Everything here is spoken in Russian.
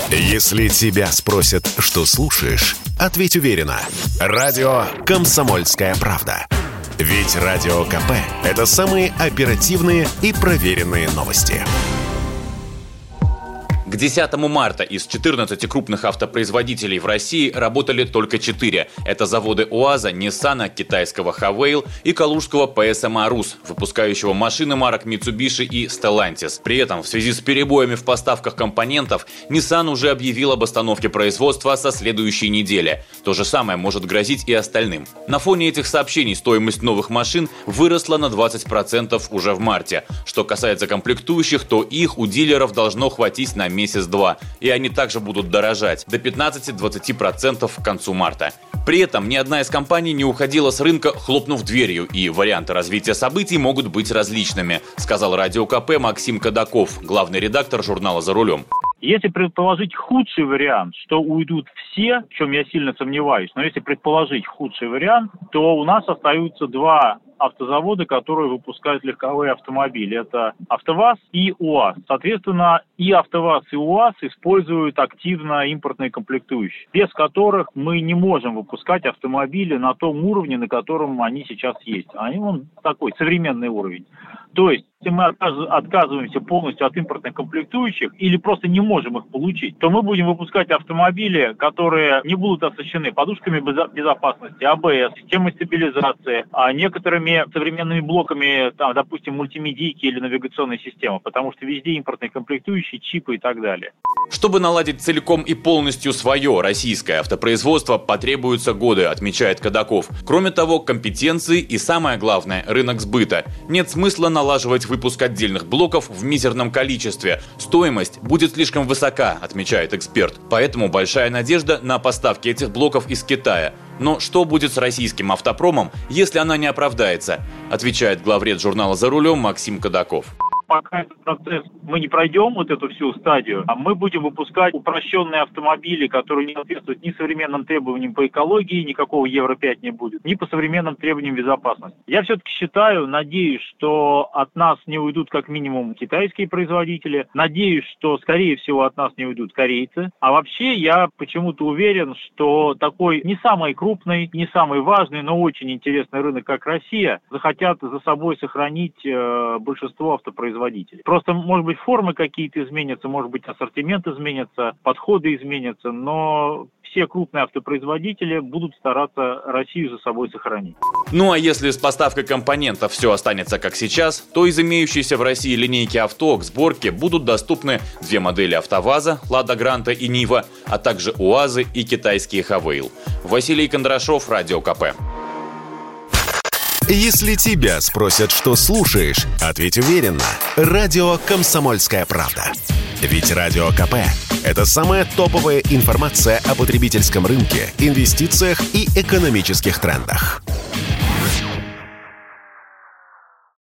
Если тебя спросят, что слушаешь, ответь уверенно. Радио «Комсомольская правда». Ведь Радио КП – это самые оперативные и проверенные новости. К 10 марта из 14 крупных автопроизводителей в России работали только 4. Это заводы УАЗа, Ниссана, китайского Хавейл и калужского ПСМА «Рус», выпускающего машины марок Mitsubishi и Stellantis. При этом в связи с перебоями в поставках компонентов Nissan уже объявил об остановке производства со следующей недели. То же самое может грозить и остальным. На фоне этих сообщений стоимость новых машин выросла на 20% уже в марте. Что касается комплектующих, то их у дилеров должно хватить на месяц-два, и они также будут дорожать до 15-20% к концу марта. При этом ни одна из компаний не уходила с рынка, хлопнув дверью, и варианты развития событий могут быть различными, сказал Радио КП Максим Кадаков, главный редактор журнала «За рулем». Если предположить худший вариант, что уйдут все, в чем я сильно сомневаюсь, но если предположить худший вариант, то у нас остаются два автозавода, которые выпускают легковые автомобили. Это АвтоВАЗ и УАЗ. Соответственно, и АвтоВАЗ, и УАЗ используют активно импортные комплектующие, без которых мы не можем выпускать автомобили на том уровне, на котором они сейчас есть. Они такой современный уровень. То есть, если мы отказываемся полностью от импортных комплектующих или просто не можем их получить, то мы будем выпускать автомобили, которые не будут оснащены подушками безопасности, АБС, системой стабилизации, а некоторыми современными блоками, допустим, мультимедийки или навигационной системы, потому что везде импортные комплектующие, чипы и так далее. Чтобы наладить целиком и полностью свое российское автопроизводство, потребуются годы, отмечает Кадаков. Кроме того, компетенции и, самое главное, рынок сбыта. Нет смысла налаживать выпуск отдельных блоков в мизерном количестве. Стоимость будет слишком высока, отмечает эксперт. Поэтому большая надежда на поставки этих блоков из Китая. Но что будет с российским автопромом, если она не оправдается, отвечает главред журнала «За рулем» Максим Кадаков. Пока этот процесс мы не пройдем вот эту всю стадию, а мы будем выпускать упрощенные автомобили, которые не соответствуют ни современным требованиям по экологии, никакого Евро-5 не будет, ни по современным требованиям безопасности. Я все-таки считаю, надеюсь, что от нас не уйдут как минимум китайские производители, надеюсь, что скорее всего от нас не уйдут корейцы. А вообще я почему-то уверен, что такой не самый крупный, не самый важный, но очень интересный рынок, как Россия, захотят за собой сохранить большинство автопроизводителей. Просто, может быть, формы какие-то изменятся, может быть, ассортимент изменится, подходы изменятся, но все крупные автопроизводители будут стараться Россию за собой сохранить. Ну а если с поставкой компонентов все останется как сейчас, то из имеющейся в России линейки авто к сборке будут доступны две модели АвтоВАЗа, Лада Гранта и Нива, а также УАЗы и китайские Хавейл. Василий Кондрашов, Радио КП. Если тебя спросят, что слушаешь, ответь уверенно. Радио «Комсомольская правда». Ведь Радио КП – это самая топовая информация о потребительском рынке, инвестициях и экономических трендах.